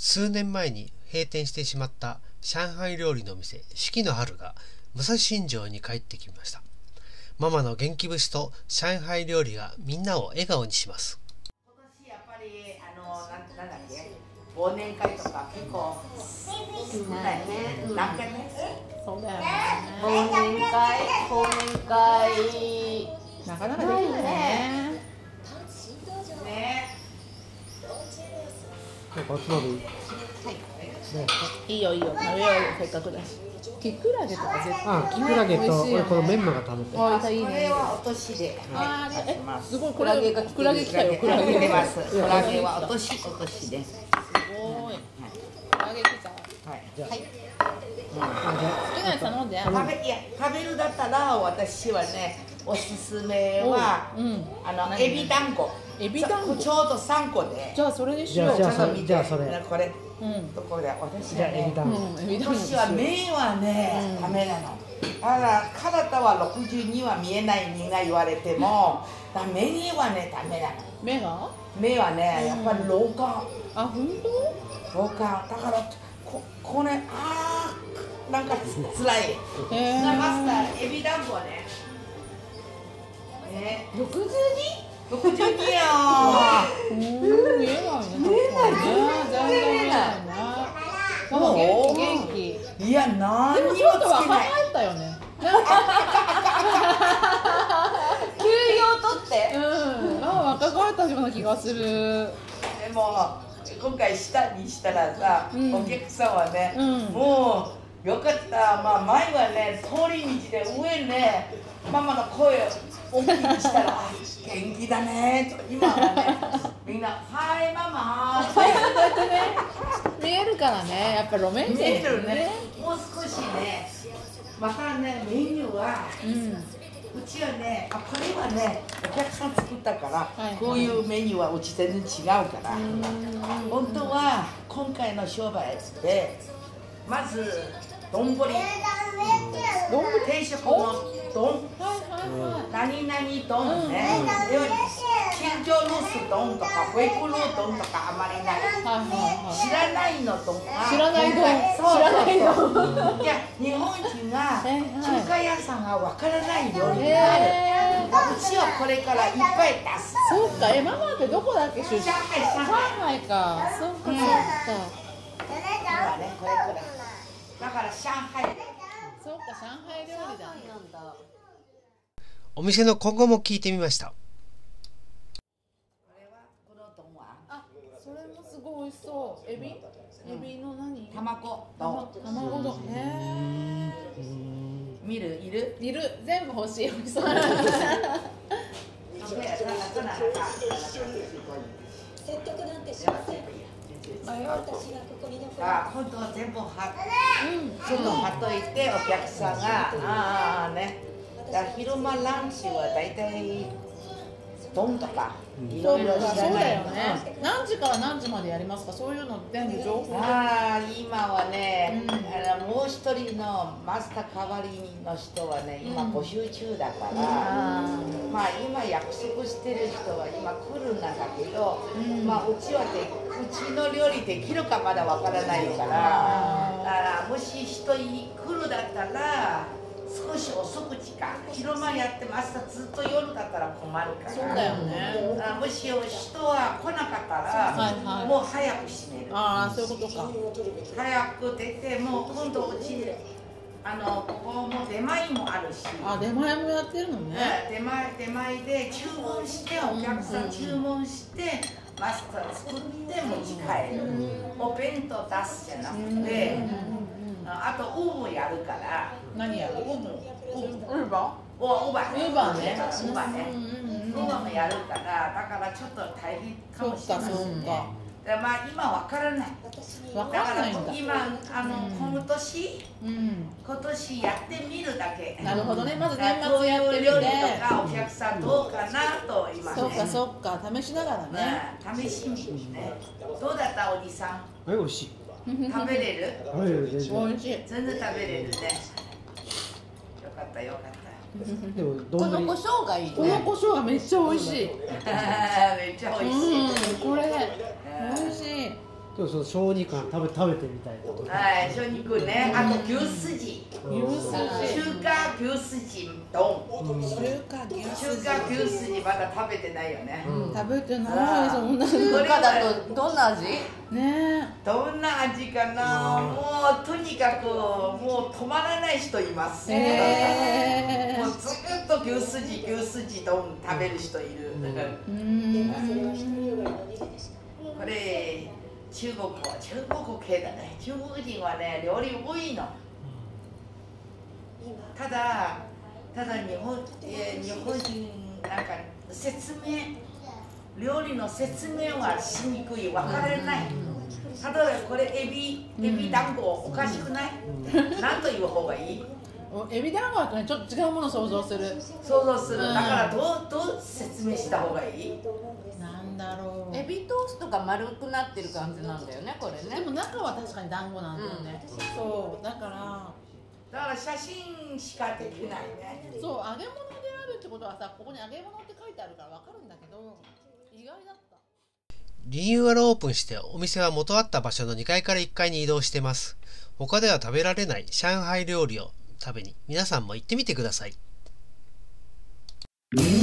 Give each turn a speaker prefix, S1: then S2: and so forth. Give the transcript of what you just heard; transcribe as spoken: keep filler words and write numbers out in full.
S1: 数年前に閉店してしまった上海料理の店四季の春が武蔵新城に帰ってきました。ママの元気節と上海料理がみんなを笑顔にします。
S2: 今年やっぱりあのなんなんだっけ忘年会とか結構少ないね。何回目？
S3: そうだよね。
S4: 忘年会、忘年会、
S3: なかなかできないね。
S2: ね。
S1: なんかおつまみ。
S4: はい。
S3: いいよいいよ、食べようよ、せっかくだし。キクラゲとか絶対。
S1: あ、キクラゲと俺このメンマが食べて。
S3: あ、いいね。
S2: これはお年で。
S3: あー、え、すごい、
S4: クラゲが
S3: クラゲ来たよ、クラゲ。
S2: 出ます。クラゲはお年お年で。
S3: すごい。クラゲ来た。
S2: はい。
S1: じゃあ、
S4: はい。
S3: 好きなやつ頼んで。
S2: 食べいや食べるだったら私はねおすすめは、
S3: うん。
S2: あのエビ団子。
S3: エビ団子。
S2: ちょうど三個で。
S3: じゃあそれにしよう。
S1: じゃあ
S2: ちょっと見て
S1: じゃあそれ
S2: これ
S3: うん。
S2: ところで私
S1: じゃあ
S2: はね。
S1: エビ団子。
S3: うん、エビ
S2: 今
S3: 団子。
S2: 年は目はね、ダメなの。あら、体はろくじゅうには見えないにが言われても、だ目にはね、ダメなの。
S3: 目が？
S2: 目はね、やっぱり老化、
S3: あ、本
S2: 老化。だから、こ、これ、あー、なんかつらい。
S3: 当？へえ。
S2: マスター、エビ団子ね。ね、
S4: 六十二？
S2: ろくじゅうにや
S3: うん、見えないね。見えない。全然見えないね。ママ元気元気。
S2: ー。いや、何にもつ
S3: でもちょっと若
S2: けない。
S3: 返ったよね。
S4: 休養取って。
S3: うん、ママ若返ったような気がする。
S2: でも今回下にしたらさ、
S3: うん
S2: お客さんはね、
S3: うん
S2: もうよかった、まあ、前はね通り道で上ねママの声を大きくしたらあ元気だねと今はねみんな「はいママ」
S3: そうやってね、見えるからね、やっぱ路面
S2: 見
S3: 店
S2: えるね。もう少しねまたねメニューは
S3: うん。
S2: うちはねあこれはねお客さん作ったから、
S3: いはい
S2: こういうメニューはうち全然違うから。本当は今回の商売でまず丼定食の丼
S3: はいはいはい。
S2: 何々丼ね、で金城ロース丼とかホイコロー丼とかあまりない、
S3: はいはい
S2: 知らないの丼が
S3: 知らない丼
S2: そう
S3: 知らない
S2: そうそういや日本人が
S3: はいはい
S2: 中華屋さんがわからない料理
S3: へ
S2: がある、
S3: え。
S2: うちはこれからいっぱい出す。
S3: そうか、え、ママってどこだっけ出身？
S2: 上海上
S3: 上
S2: 海
S3: 海か。そうかそうか。
S2: 今ねこれこれだから上海
S3: そうか、上海料理だ。
S4: なんだ。
S1: お店の今後も聞いてみました。
S2: これはこの丼は
S3: あ、それもすごい美味しそう。エビ？エビの何？
S2: 卵丼
S3: 卵丼。へえ。
S2: 見るいる
S3: いる、全部欲しい。美味しそう。
S2: あ、本当は全部はちょっと貼っといてお客さんがああねだから昼間ランチはだいたい丼とかいろいろ知ら
S3: そう
S2: ない
S3: だよね。何時から何時までやりますか？そういうの全部情報。
S2: ああ今はね、
S3: うん
S2: あのもう一人のマスター代わりの人はね今募集中だから、
S3: あ
S2: まあ今約束してる人は今来るんだけど、
S3: うん
S2: まあうちはでうちの料理できるかまだわからないから、だからもし人来るだったら少し遅く時間昼間やってますずっと夜だったら困るから。
S3: そうだよね。
S2: あもし人は来なかったら、
S3: はいはい
S2: もう早く閉める。
S3: ああ、そういうことか。
S2: 早く出てもう今度うちであのここも出前もあるし。
S3: あ、出前もやってるのね。
S2: 出前出前で注文してお客さん注文してマスター作って持ち帰る、お弁当出すじゃなくて、あとウーブやるから
S3: 何やる？
S2: ウーブ
S3: ウーバ
S2: おウーバー
S3: ー？ウーバーね。
S2: ウーバーねウーバーもやるからだからちょっと大変かもしれない
S3: そうかそうか。
S2: でまあ今わからない
S3: わ
S2: だから
S3: かんないんだ。
S2: 今あの今年
S3: うん。
S2: 今年やってみるだけ
S3: なるほどね。まず
S2: だから
S3: 年
S2: こうい
S3: 末やってみて。
S2: う料理とかお客さんどうかなと今ね
S3: そうかそうか、試しながらね。
S2: うん試しにねどうだったおじさん
S1: はい、美味しい。
S2: 食べれる
S1: はい、全然。
S3: 美味しい。
S2: 全然食べれるねよかったよかった
S1: でも
S4: この
S1: 丼
S4: 胡椒がいい
S3: この
S4: ね。
S3: 胡椒がめっちゃ美味しい。
S2: めっちゃ美味しい、
S3: うん、これ美味しい。
S1: で
S5: 今日その小児館食べ食べてみたいと思います。
S2: はい、小肉ね、あと牛すじ、
S3: 牛
S2: 中華牛すじ丼、
S3: 中華牛
S2: 中華牛すじまだ食べてないよね。
S3: 食べてないそんな
S2: これ
S4: 中だとどんな味？
S3: ね
S2: どんな味かな。もうとにかくもう止まらない人います。
S3: え
S2: もうずっと牛すじ牛すじ丼食べる人いる。
S3: ーうん
S2: これ中国は中国系だね。中国人はね料理多いの。ただただ日本え日本人なんか説明料理の説明はしにくい、分からない。例えばこれエビエビ団子おかしくない？何と言う方がいい？
S3: エビ団子だとねちょっと違うものを想像する。
S2: 想像する。だからどうどう説明した方がいい？
S3: なんだろう。
S4: エビトーストが丸くなってる感じなんだよね、これ
S3: で
S4: ね。
S3: も中は確かに団子なんだよね。そうだから
S2: だから写真しかできないね。
S3: そう揚げ物であるってことはさ、ここに揚げ物って書いてあるからわかるんだけど意外だった。
S1: リニューアルオープンしてお店は元あった場所のにかいからいっかいに移動してます。他では食べられない上海料理を食べに皆さんも行ってみてください。